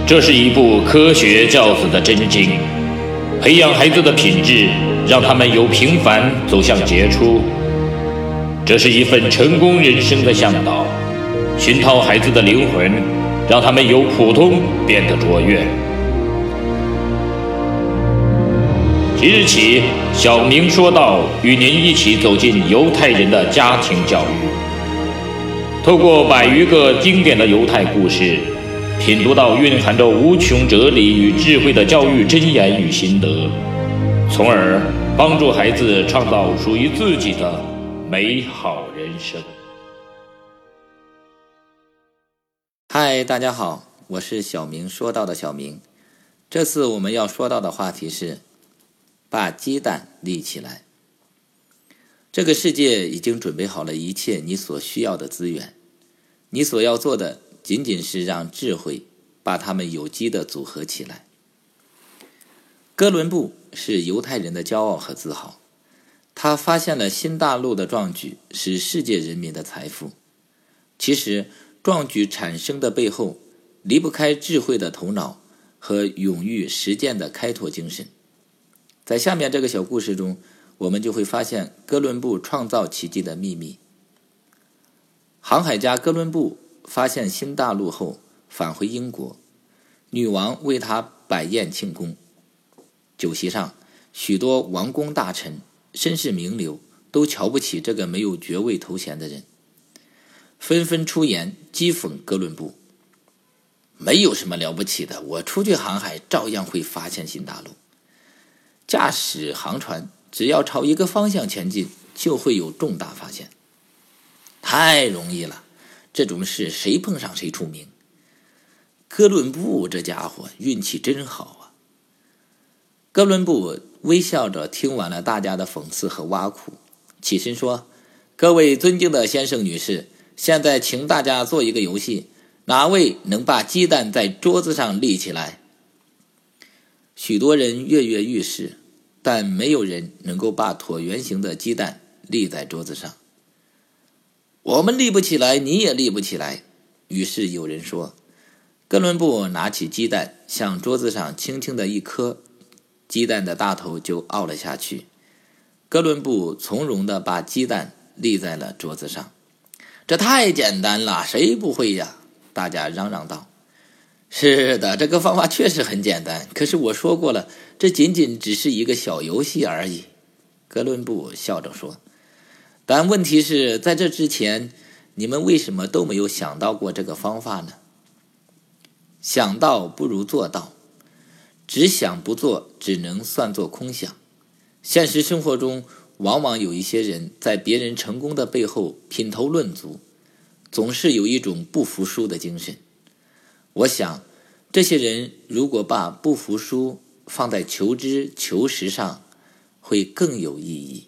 这是一部科学教子的真经，培养孩子的品质，让他们由平凡走向杰出。这是一份成功人生的向导，熏陶孩子的灵魂，让他们由普通变得卓越。即日起，小明说道与您一起走进犹太人的家庭教育，透过100余个经典的犹太故事，品读到蕴含着无穷哲理与智慧的教育箴言与心得，从而帮助孩子创造属于自己的美好人生。 嗨，大家好，我是小明说到的小明。这次我们要说到的话题是把鸡蛋立起来。这个世界已经准备好了一切你所需要的资源，你所要做的仅仅是让智慧把它们有机地组合起来。哥伦布是犹太人的骄傲和自豪，他发现了新大陆的壮举是世界人民的财富。其实壮举产生的背后离不开智慧的头脑和勇于实践的开拓精神。在下面这个小故事中，我们就会发现哥伦布创造奇迹的秘密。航海家哥伦布发现新大陆后返回英国，女王为他摆宴庆功。酒席上，许多王公大臣、绅士名流都瞧不起这个没有爵位头衔的人，纷纷出言讥讽哥伦布。没有什么了不起的，我出去航海照样会发现新大陆。驾驶航船只要朝一个方向前进，就会有重大发现。太容易了，这种事谁碰上谁出名。哥伦布这家伙运气真好啊！哥伦布微笑着听完了大家的讽刺和挖苦，起身说：各位尊敬的先生女士，现在请大家做一个游戏，哪位能把鸡蛋在桌子上立起来？许多人跃跃欲试，但没有人能够把椭圆形的鸡蛋立在桌子上。我们立不起来，你也立不起来。于是有人说，哥伦布拿起鸡蛋向桌子上轻轻的一磕，鸡蛋的大头就凹了下去。哥伦布从容地把鸡蛋立在了桌子上。这太简单了，谁不会呀？大家嚷嚷道。是的，这个方法确实很简单，可是我说过了，这仅仅只是一个小游戏而已。哥伦布笑着说。但问题是，在这之前，你们为什么都没有想到过这个方法呢？想到不如做到，只想不做只能算作空想。现实生活中，往往有一些人在别人成功的背后品头论足，总是有一种不服输的精神。我想，这些人如果把不服输放在求知求实上，会更有意义。